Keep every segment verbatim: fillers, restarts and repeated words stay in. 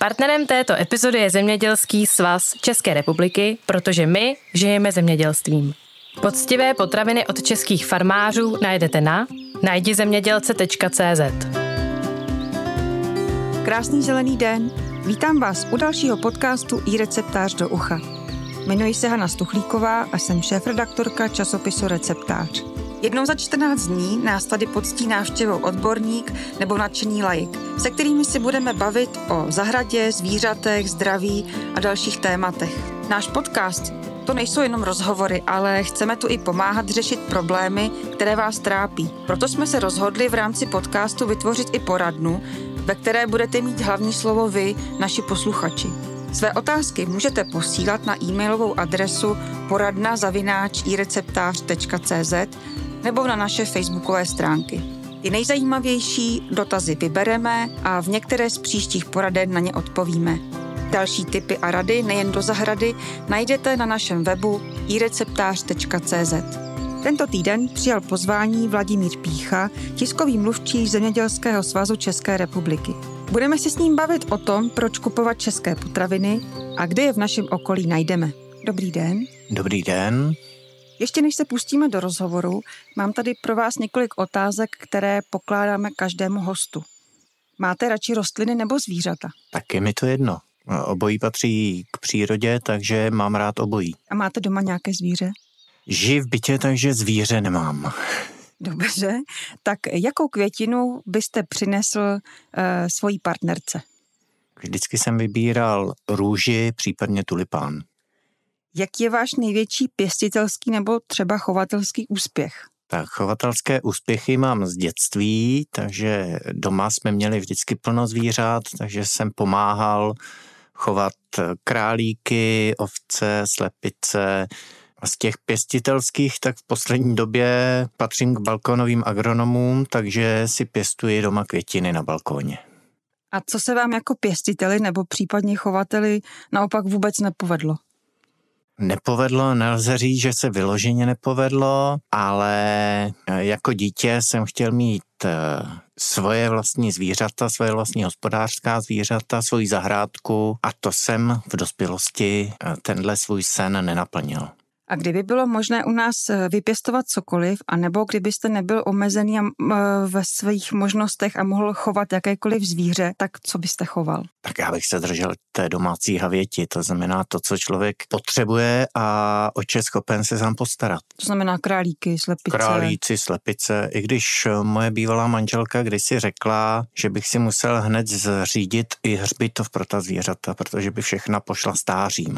Partnerem této epizody je Zemědělský svaz České republiky, protože my žijeme zemědělstvím. Poctivé potraviny od českých farmářů najdete na najdi zemědělce tečka cé zet. Krásný zelený den. Vítám vás u dalšího podcastu iReceptář do ucha. Jmenuji se Hana Stuchlíková a jsem šéfredaktorka časopisu Receptář. Jednou za čtrnáct dní nás tady poctí návštěvou odborník nebo nadšený laik, se kterými si budeme bavit o zahradě, zvířatech, zdraví a dalších tématech. Náš podcast to nejsou jenom rozhovory, ale chceme tu i pomáhat řešit problémy, které vás trápí. Proto jsme se rozhodli v rámci podcastu vytvořit i poradnu, ve které budete mít hlavní slovo vy, naši posluchači. Své otázky můžete posílat na e-mailovou adresu poradna zavináč ireceptář tečka cé zet nebo na naše facebookové stránky. Ty nejzajímavější dotazy vybereme a v některé z příštích poraden na ně odpovíme. Další tipy a rady nejen do zahrady najdete na našem webu ireceptář tečka cé zet. Tento týden přijal pozvání Vladimír Pýcha, tiskový mluvčí Zemědělského svazu České republiky. Budeme se s ním bavit o tom, proč kupovat české potraviny a kde je v našem okolí najdeme. Dobrý den. Dobrý den. Ještě než se pustíme do rozhovoru, mám tady pro vás několik otázek, které pokládáme každému hostu. Máte radši rostliny nebo zvířata? Tak je mi to jedno. Obojí patří k přírodě, takže mám rád obojí. A máte doma nějaké zvíře? Žiji v bytě, takže zvíře nemám. Dobře. Tak jakou květinu byste přinesl uh, svojí partnerce? Vždycky jsem vybíral růži, případně tulipán. Jaký je váš největší pěstitelský nebo třeba chovatelský úspěch? Tak chovatelské úspěchy mám z dětství, takže doma jsme měli vždycky plno zvířat, takže jsem pomáhal chovat králíky, ovce, slepice. A z těch pěstitelských tak v poslední době patřím k balkonovým agronomům, takže si pěstuji doma květiny na balkóně. A co se vám jako pěstiteli nebo případně chovateli naopak vůbec nepovedlo? Nepovedlo, nelze říct, že se vyloženě nepovedlo, ale jako dítě jsem chtěl mít svoje vlastní zvířata, svoje vlastní hospodářská zvířata, svoji zahrádku a to jsem v dospělosti tenhle svůj sen nenaplnil. A kdyby bylo možné u nás vypěstovat cokoliv, anebo kdybyste nebyl omezený ve svých možnostech a mohl chovat jakékoliv zvíře, tak co byste choval? Tak já bych se držel té domácí havěti, to znamená to, co člověk potřebuje a o co je schopen se sám postarat. To znamená králíky, slepice. Králíci, slepice, i když moje bývalá manželka kdysi řekla, že bych si musel hned zřídit i hřbitov pro ta zvířata, protože by všechna pošla stářím.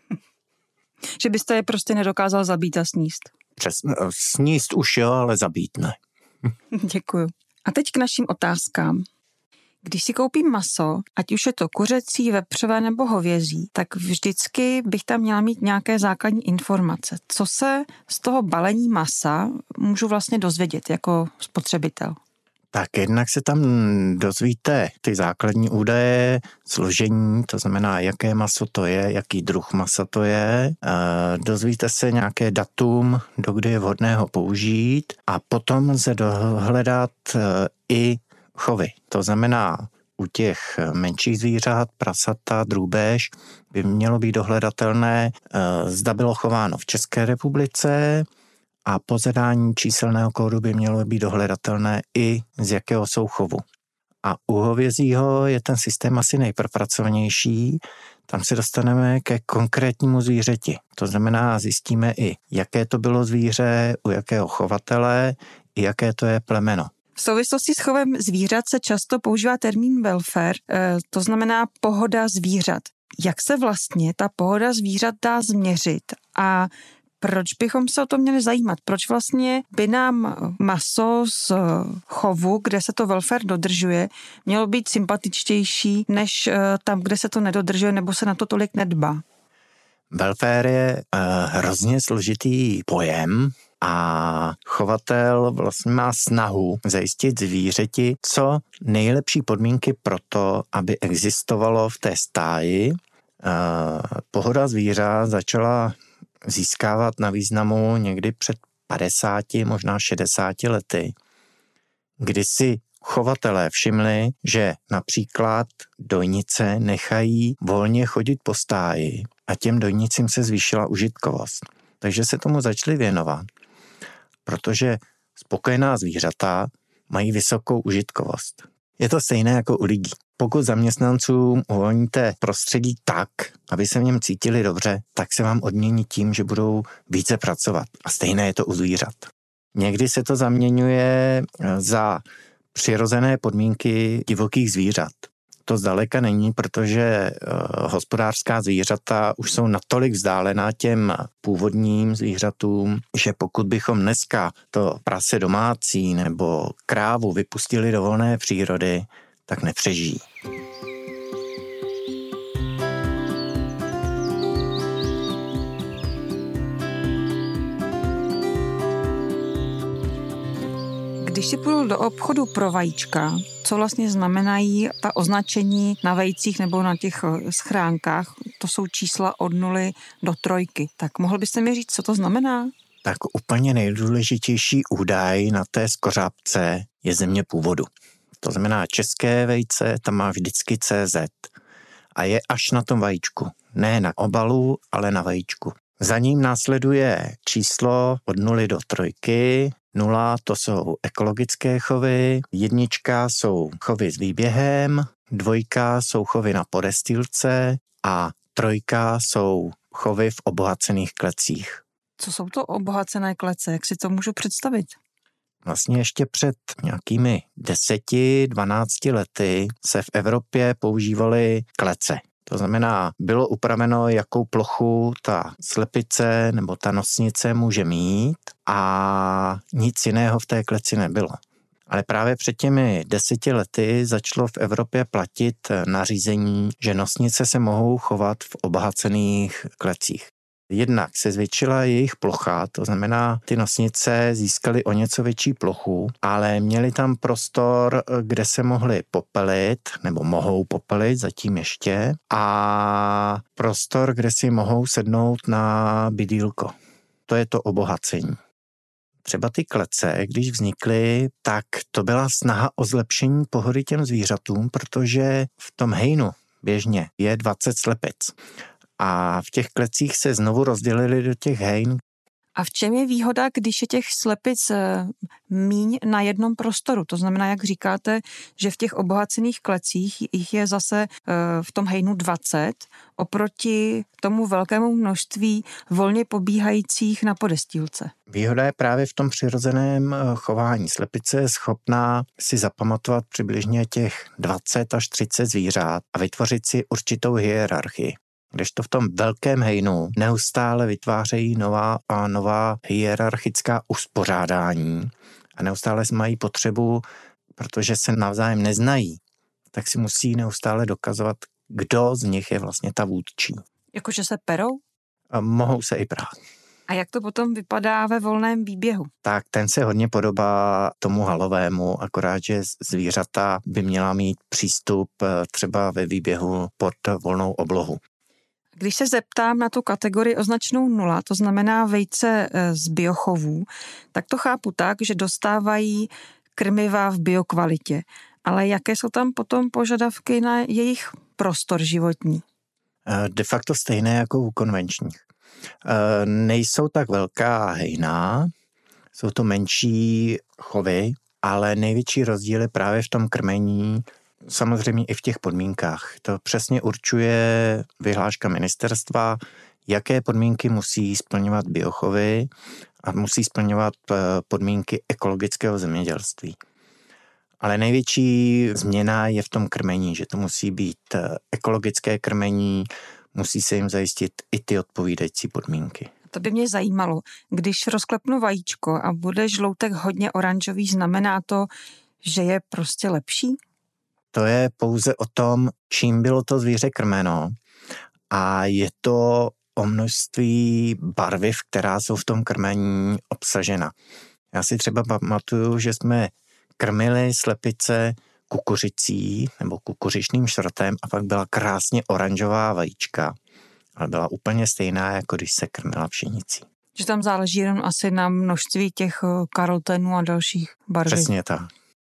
Že byste je prostě nedokázal zabít a sníst. Přesně, sníst už jo, ale zabít ne. Děkuju. A teď k našim otázkám. Když si koupím maso, ať už je to kuřecí, vepřové nebo hovězí, tak vždycky bych tam měla mít nějaké základní informace. Co se z toho balení masa můžu vlastně dozvědět jako spotřebitel? Tak jednak se tam dozvíte ty základní údaje, složení, to znamená, jaké maso to je, jaký druh masa to je. Dozvíte se nějaké datum, dokdy je vhodné ho použít a potom lze dohledat i chovy. To znamená, u těch menších zvířat, prasata, drůbež, by mělo být dohledatelné, zda bylo chováno v České republice, a po zadání číselného kódu by mělo být dohledatelné i z jakého jsou chovu. A u hovězího je ten systém asi nejpropracovanější. Tam se dostaneme ke konkrétnímu zvířeti. To znamená, zjistíme i, jaké to bylo zvíře, u jakého chovatele, i jaké to je plemeno. V souvislosti s chovem zvířat se často používá termín welfare, to znamená pohoda zvířat. Jak se vlastně ta pohoda zvířat dá změřit a proč bychom se o to měli zajímat? Proč vlastně by nám maso z chovu, kde se to welfare dodržuje, mělo být sympatičtější, než tam, kde se to nedodržuje nebo se na to tolik nedbá? Welfare je uh, hrozně složitý pojem a chovatel vlastně má snahu zajistit zvířeti co nejlepší podmínky pro to, aby existovalo v té stáji. Uh, pohoda zvířat začala získávat na významu někdy před padesáti, možná šedesáti lety, kdy si chovatelé všimli, že například dojnice nechají volně chodit po stáji a těm dojnicím se zvýšila užitkovost. Takže se tomu začali věnovat, protože spokojená zvířata mají vysokou užitkovost. Je to stejné jako u lidí. Pokud zaměstnancům uvolníte prostředí tak, aby se v něm cítili dobře, tak se vám odmění tím, že budou více pracovat. A stejné je to u zvířat. Někdy se to zaměňuje za přirozené podmínky divokých zvířat. To zdaleka není, protože hospodářská zvířata už jsou natolik vzdálená těm původním zvířatům, že pokud bychom dneska to prase domácí nebo krávu vypustili do volné přírody, tak nepřežijí. Když si půjdu do obchodu pro vajíčka, co vlastně znamenají ta označení na vejcích nebo na těch schránkách, to jsou čísla od nuly do trojky. Tak mohl byste mi říct, co to znamená? Tak úplně nejdůležitější údaj na té skořápce je země původu. To znamená české vejce, tam má vždycky C Z a je až na tom vajíčku. Ne na obalu, ale na vajíčku. Za ním následuje číslo od nuly do trojky. Nula to jsou ekologické chovy, jednička jsou chovy s výběhem, dvojka jsou chovy na podestýlce a trojka jsou chovy v obohacených klecích. Co jsou to obohacené klece? Jak si to můžu představit? Vlastně ještě před nějakými deseti, dvanácti lety se v Evropě používaly klece. To znamená, bylo upraveno, jakou plochu ta slepice nebo ta nosnice může mít a nic jiného v té kleci nebylo. Ale právě před těmi deseti lety začalo v Evropě platit nařízení, že nosnice se mohou chovat v obohacených klecích. Jednak se zvětšila jejich plocha, to znamená, ty nosnice získaly o něco větší plochu, ale měli tam prostor, kde se mohli popelit, nebo mohou popelit zatím ještě, a prostor, kde si mohou sednout na bydýlko. To je to obohacení. Třeba ty klece, když vznikly, tak to byla snaha o zlepšení pohody těm zvířatům, protože v tom hejnu běžně je dvacet slepic. A v těch klecích se znovu rozdělili do těch hejn. A v čem je výhoda, když je těch slepic míň na jednom prostoru? To znamená, jak říkáte, že v těch obohacených klecích jich je zase v tom hejnu dvacet oproti tomu velkému množství volně pobíhajících na podestýlce. Výhoda je právě v tom přirozeném chování. Slepice je schopná si zapamatovat přibližně těch dvacet až třicet zvířat a vytvořit si určitou hierarchii. Kdežto v tom velkém hejnu neustále vytvářejí nová a nová hierarchická uspořádání a neustále mají potřebu, protože se navzájem neznají, tak si musí neustále dokazovat, kdo z nich je vlastně ta vůdčí. Jakože se perou? A mohou se i prát. A jak to potom vypadá ve volném výběhu? Tak ten se hodně podobá tomu halovému, akorát, že zvířata by měla mít přístup třeba ve výběhu pod volnou oblohu. Když se zeptám na tu kategorii označenou nula, to znamená vejce z biochovů, tak to chápu tak, že dostávají krmiva v biokvalitě. Ale jaké jsou tam potom požadavky na jejich prostor životní? De facto stejné jako u konvenčních. Nejsou tak velká hejna, jsou to menší chovy, ale největší rozdíl je právě v tom krmení, samozřejmě i v těch podmínkách. To přesně určuje vyhláška ministerstva, jaké podmínky musí splňovat biochovy a musí splňovat podmínky ekologického zemědělství. Ale největší změna je v tom krmení, že to musí být ekologické krmení, musí se jim zajistit i ty odpovídající podmínky. To by mě zajímalo. Když rozklepnu vajíčko a bude žloutek hodně oranžový, znamená to, že je prostě lepší? To je pouze o tom, čím bylo to zvíře krmeno a je to o množství barviv, která jsou v tom krmení obsažena. Já si třeba pamatuju, že jsme krmili slepice kukuřicí nebo kukuřičným šrotem a pak byla krásně oranžová vajíčka, ale byla úplně stejná, jako když se krmila pšenicí. Že tam záleží jenom asi na množství těch karotenů a dalších barviv. Přesně tak.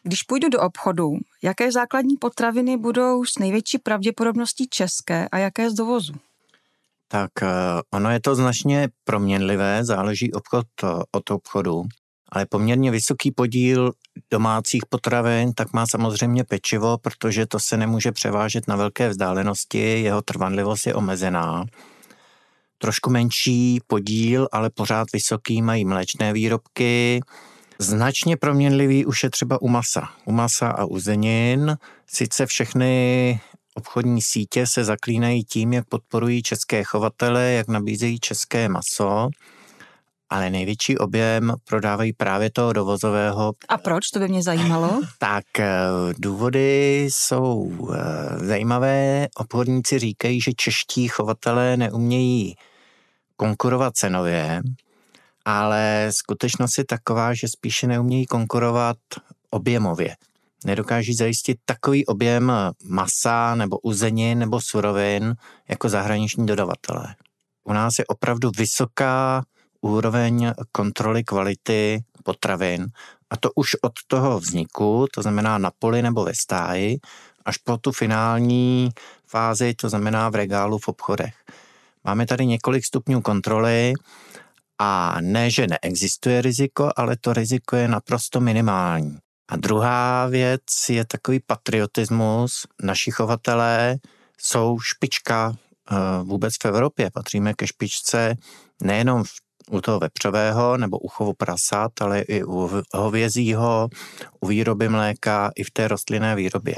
Když půjdu do obchodu, jaké základní potraviny budou s největší pravděpodobností české a jaké z dovozu? Tak ono je to značně proměnlivé, záleží obchod od obchodu, ale poměrně vysoký podíl domácích potravin tak má samozřejmě pečivo, protože to se nemůže převážet na velké vzdálenosti, jeho trvanlivost je omezená. Trošku menší podíl, ale pořád vysoký, mají mléčné výrobky. Značně proměnlivý už je třeba u masa. U masa a u zenin. Sice všechny obchodní sítě se zaklínají tím, jak podporují české chovatele, jak nabízejí české maso, ale největší objem prodávají právě toho dovozového. A proč? To by mě zajímalo. Tak důvody jsou zajímavé. Obchodníci říkají, že čeští chovatelé neumějí konkurovat cenově, ale skutečnost je taková, že spíše neumějí konkurovat objemově. Nedokáží zajistit takový objem masa nebo uzenin nebo surovin jako zahraniční dodavatelé. U nás je opravdu vysoká úroveň kontroly kvality potravin a to už od toho vzniku, to znamená na poli nebo ve stáji, až po tu finální fázi, to znamená v regálu v obchodech. Máme tady několik stupňů kontroly a ne, že neexistuje riziko, ale to riziko je naprosto minimální. A druhá věc je takový patriotismus. Naši chovatelé jsou špička vůbec v Evropě. Patříme ke špičce nejenom v, u toho vepřového nebo u chovu prasat, ale i u hovězího, u výroby mléka i v té rostlinné výrobě.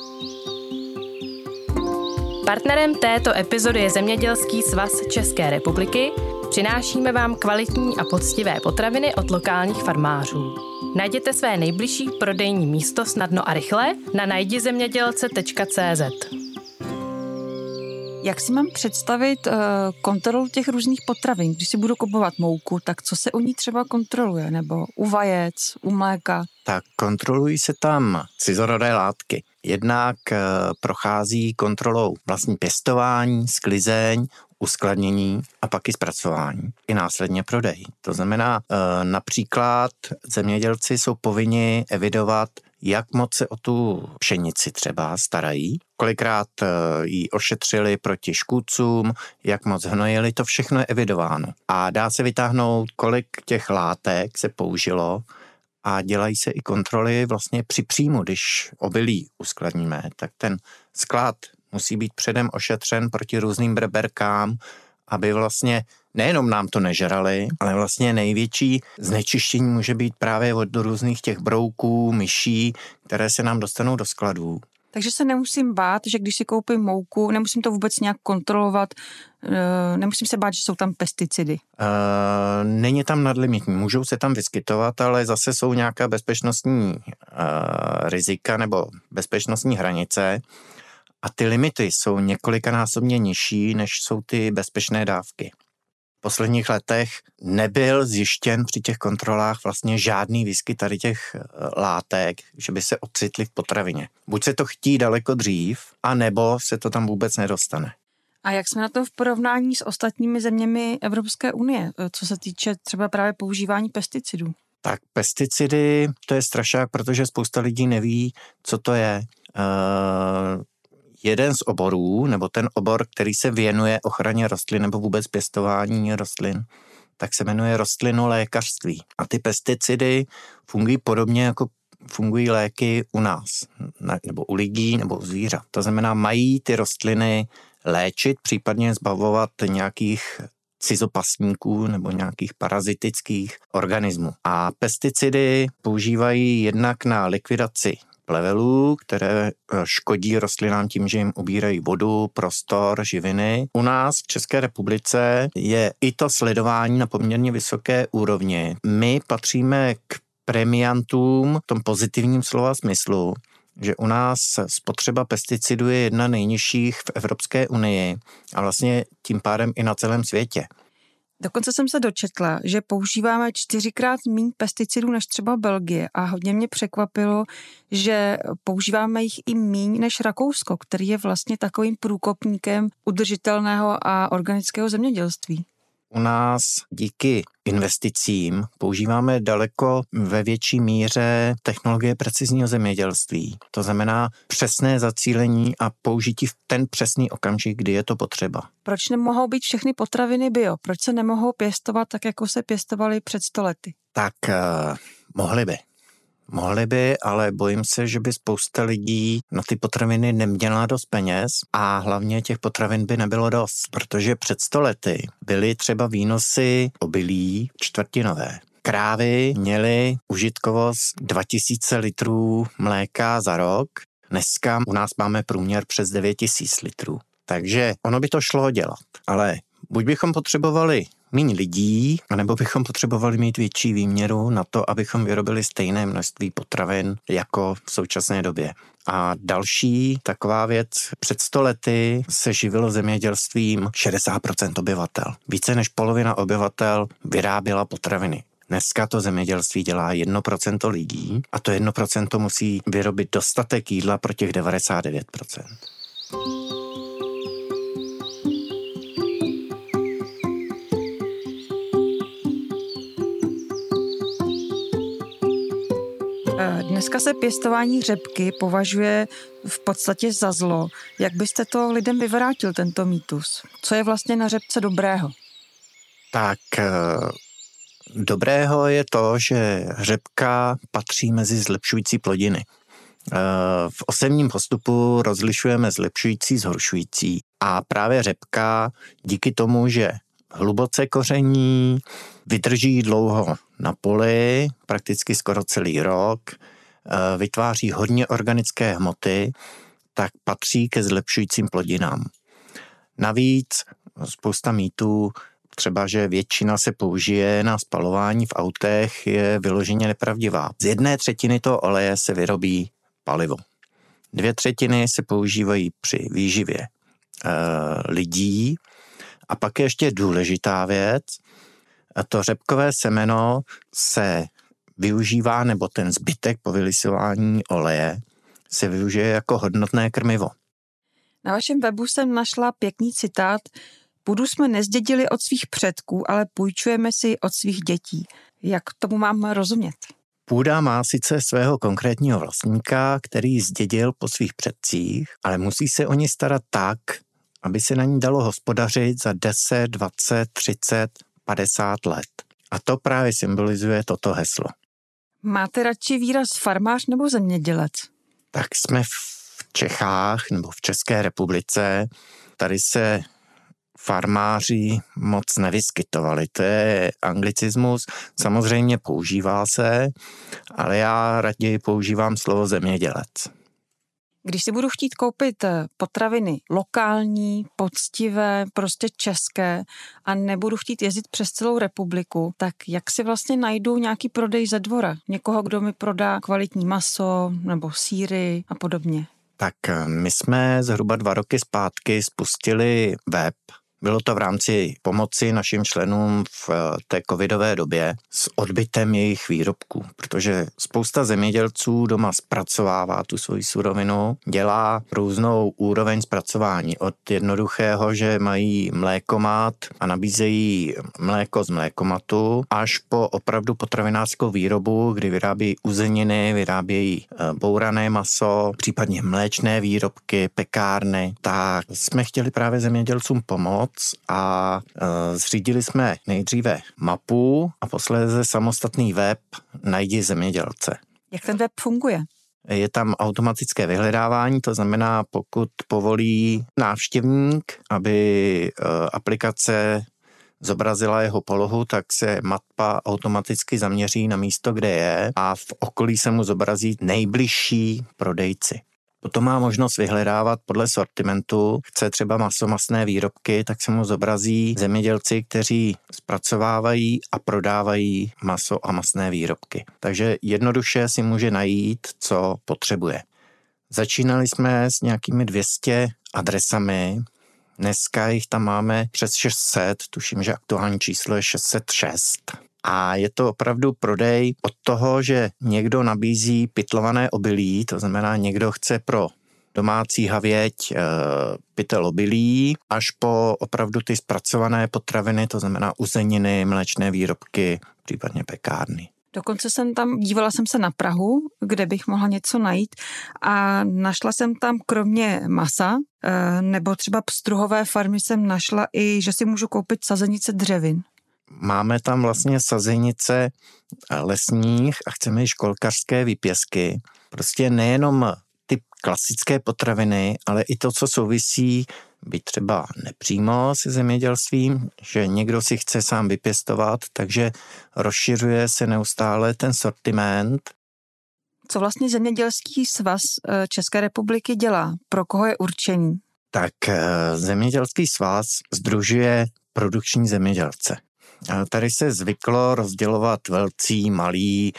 Partnerem této epizody je Zemědělský svaz České republiky. Přinášíme vám kvalitní a poctivé potraviny od lokálních farmářů. Najděte své nejbližší prodejní místo snadno a rychle na najdi zemědělce tečka cé zet. Jak si mám představit uh, kontrolu těch různých potravin? Když si budu kupovat mouku, tak co se u ní třeba kontroluje? Nebo u vajec, u mléka? Tak kontrolují se tam cizorodé látky. Jednak uh, prochází kontrolou vlastní pěstování, sklizeň, uskladnění a pak i zpracování. I následně prodej. To znamená, uh, například zemědělci jsou povinni evidovat, jak moc se o tu pšenici třeba starají, kolikrát ji ošetřili proti škůdcům, jak moc hnojili, to všechno je evidováno. A dá se vytáhnout, kolik těch látek se použilo a dělají se i kontroly vlastně při příjmu, když obilí uskladníme, tak ten sklad musí být předem ošetřen proti různým breberkám, aby vlastně nejenom nám to nežrali, ale vlastně největší znečištění může být právě od různých těch brouků, myší, které se nám dostanou do skladů. Takže se nemusím bát, že když si koupím mouku, nemusím to vůbec nějak kontrolovat, nemusím se bát, že jsou tam pesticidy. Uh, není tam nadlimitní, můžou se tam vyskytovat, ale zase jsou nějaká bezpečnostní uh, rizika nebo bezpečnostní hranice a ty limity jsou několikanásobně nižší, než jsou ty bezpečné dávky. V posledních letech nebyl zjištěn při těch kontrolách vlastně žádný výskyt tady těch látek, že by se ocitly v potravině. Buď se to chtí daleko dřív, anebo se to tam vůbec nedostane. A jak jsme na to v porovnání s ostatními zeměmi Evropské unie, co se týče třeba právě používání pesticidů? Tak pesticidy, to je strašák, protože spousta lidí neví, co to je. Uh, Jeden z oborů, nebo ten obor, který se věnuje ochraně rostlin nebo vůbec pěstování rostlin, tak se jmenuje rostlinolékařství. A ty pesticidy fungují podobně, jako fungují léky u nás, nebo u lidí, nebo u zvířat. To znamená, mají ty rostliny léčit, případně zbavovat nějakých cizopasníků nebo nějakých parazitických organismů. A pesticidy používají jednak na likvidaci plevelů, které škodí rostlinám tím, že jim ubírají vodu, prostor, živiny. U nás v České republice je i to sledování na poměrně vysoké úrovni. My patříme k premiantům v tom pozitivním slova smyslu, že u nás spotřeba pesticidů je jedna nejnižších v Evropské unii a vlastně tím pádem i na celém světě. Dokonce jsem se dočetla, že používáme čtyřikrát méně pesticidů než třeba Belgie a hodně mě překvapilo, že používáme jich i méně než Rakousko, který je vlastně takovým průkopníkem udržitelného a organického zemědělství. U nás díky investicím používáme daleko ve větší míře technologie precizního zemědělství. To znamená přesné zacílení a použití v ten přesný okamžik, kdy je to potřeba. Proč nemohou být všechny potraviny bio? Proč se nemohou pěstovat tak, jako se pěstovaly před sto lety? Tak uh, mohli by. Mohli by, ale bojím se, že by spousta lidí na ty potraviny neměla dost peněz a hlavně těch potravin by nebylo dost, protože před sto lety byly třeba výnosy obilí čtvrtinové. Krávy měly užitkovost dva tisíce litrů mléka za rok, dneska u nás máme průměr přes devět tisíc litrů. Takže ono by to šlo dělat, ale buď bychom potřebovali méně lidí, anebo bychom potřebovali mít větší výměru na to, abychom vyrobili stejné množství potravin jako v současné době. A další taková věc, před sto lety se živilo zemědělstvím šedesát procent obyvatel. Více než polovina obyvatel vyráběla potraviny. Dneska to zemědělství dělá jedno procento lidí a to jedno procento musí vyrobit dostatek jídla pro těch devadesát devět procent. Dneska se pěstování řepky považuje v podstatě za zlo. Jak byste to lidem vyvrátil, tento mýtus? Co je vlastně na řepce dobrého? Tak dobrého je to, že řepka patří mezi zlepšující plodiny. V osevním postupu rozlišujeme zlepšující, zhoršující a právě řepka díky tomu, že hluboce koření, vydrží dlouho na poli, prakticky skoro celý rok, vytváří hodně organické hmoty, tak patří ke zlepšujícím plodinám. Navíc spousta mýtů, třeba že většina se použije na spalování v autech, je vyloženě nepravdivá. Z jedné třetiny toho oleje se vyrobí palivo. Dvě třetiny se používají při výživě e, lidí. A pak je ještě důležitá věc, a to řepkové semeno se využívá, nebo ten zbytek po vylisování oleje se využije jako hodnotné krmivo. Na vašem webu jsem našla pěkný citát: půdu jsme nezdědili od svých předků, ale půjčujeme si od svých dětí. Jak tomu mám rozumět? Půda má sice svého konkrétního vlastníka, který zdědil po svých předcích, ale musí se o ní starat tak, aby se na ní dalo hospodařit za deset, dvacet, třicet, padesát let. A to právě symbolizuje toto heslo. Máte radši výraz farmář nebo zemědělec? Tak jsme v Čechách nebo v České republice. Tady se farmáři moc nevyskytovali. To je anglicismus, samozřejmě používá se, ale já raději používám slovo zemědělec. Když si budu chtít koupit potraviny lokální, poctivé, prostě české a nebudu chtít jezdit přes celou republiku, tak jak si vlastně najdu nějaký prodej ze dvora? Někoho, kdo mi prodá kvalitní maso nebo sýry a podobně? Tak my jsme zhruba dva roky zpátky spustili web. Bylo to v rámci pomoci našim členům v té covidové době s odbytem jejich výrobků, protože spousta zemědělců doma zpracovává tu svoji surovinu, dělá různou úroveň zpracování od jednoduchého, že mají mlékomat a nabízejí mléko z mlékomatu, až po opravdu potravinářskou výrobu, kdy vyrábějí uzeniny, vyrábějí bourané maso, případně mléčné výrobky, pekárny. Tak jsme chtěli právě zemědělcům pomoct a e, zřídili jsme nejdříve mapu a posléze samostatný web Najdi zemědělce. Jak ten web funguje? Je tam automatické vyhledávání, to znamená, pokud povolí návštěvník, aby e, aplikace zobrazila jeho polohu, tak se mapa automaticky zaměří na místo, kde je a v okolí se mu zobrazí nejbližší prodejci. Potom má možnost vyhledávat podle sortimentu. Chce třeba masomasné výrobky, tak se mu zobrazí zemědělci, kteří zpracovávají a prodávají maso a masné výrobky. Takže jednoduše si může najít, co potřebuje. Začínali jsme s nějakými dvě stě adresami. Dneska jich tam máme přes šest set, tuším, že aktuální číslo je šest set šest. A je to opravdu prodej od toho, že někdo nabízí pytlované obilí, to znamená někdo chce pro domácí havěť, pytel obilí, až po opravdu ty zpracované potraviny, to znamená uzeniny, mléčné výrobky, případně pekárny. Dokonce jsem tam, dívala jsem se na Prahu, kde bych mohla něco najít a našla jsem tam kromě masa nebo třeba pstruhové farmy jsem našla i, že si můžu koupit sazenice dřevin. Máme tam vlastně sazenice lesních a chceme i školkařské výpěstky. Prostě nejenom ty klasické potraviny, ale i to, co souvisí byť třeba nepřímo se zemědělstvím, že někdo si chce sám vypěstovat, takže rozšiřuje se neustále ten sortiment. Co vlastně Zemědělský svaz České republiky dělá? Pro koho je určený? Tak Zemědělský svaz sdružuje produkční zemědělce. Tady se zvyklo rozdělovat velcí, malí,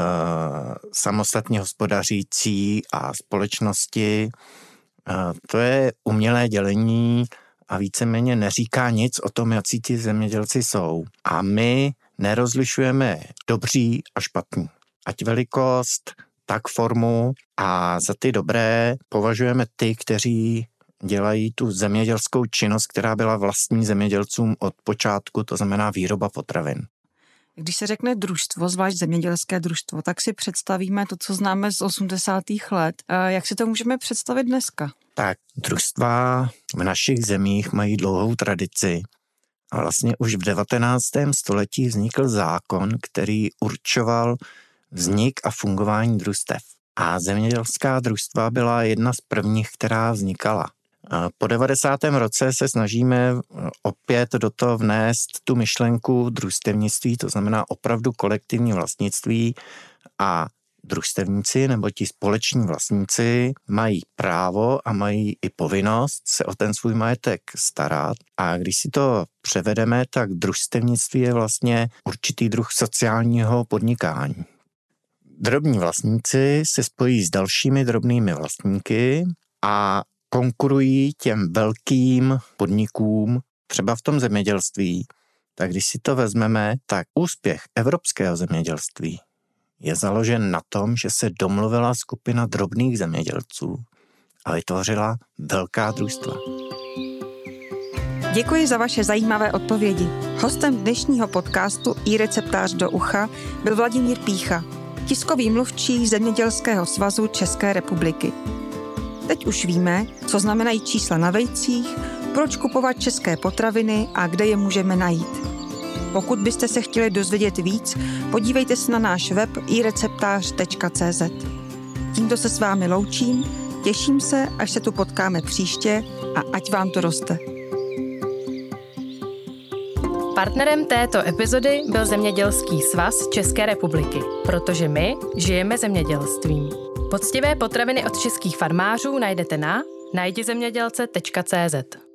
samostatně hospodařící a společnosti. To je umělé dělení a víceméně neříká nic o tom, jaký ti zemědělci jsou. A my nerozlišujeme dobří a špatní. Ať velikost, tak formu a za ty dobré považujeme ty, kteří dělají tu zemědělskou činnost, která byla vlastní zemědělcům od počátku, to znamená výroba potravin. Když se řekne družstvo, zvlášť zemědělské družstvo, tak si představíme to, co známe z osmdesátých let. Jak si to můžeme představit dneska? Tak, družstva v našich zemích mají dlouhou tradici. A vlastně už v devatenáctém století vznikl zákon, který určoval vznik a fungování družstev. A zemědělská družstva byla jedna z prvních, která vznikala. Po devadesátém roce se snažíme opět do toho vnést tu myšlenku družstevnictví, to znamená opravdu kolektivní vlastnictví a družstevníci nebo ti společní vlastníci mají právo a mají i povinnost se o ten svůj majetek starat. A když si to převedeme, tak družstevnictví je vlastně určitý druh sociálního podnikání. Drobní vlastníci se spojí s dalšími drobnými vlastníky a konkurují těm velkým podnikům, třeba v tom zemědělství. Tak když si to vezmeme, tak úspěch evropského zemědělství je založen na tom, že se domluvila skupina drobných zemědělců a vytvořila velká družstva. Děkuji za vaše zajímavé odpovědi. Hostem dnešního podcastu iReceptář do ucha byl Vladimír Pýcha, tiskový mluvčí Zemědělského svazu České republiky. Teď už víme, co znamenají čísla na vejcích, proč kupovat české potraviny a kde je můžeme najít. Pokud byste se chtěli dozvědět víc, podívejte se na náš web i receptář tečka cé zet. Tímto se s vámi loučím, těším se, až se tu potkáme příště a ať vám to roste. Partnerem této epizody byl Zemědělský svaz České republiky, protože my žijeme zemědělstvím. Poctivé potraviny od českých farmářů najdete na najdi zemědělce tečka cé zet.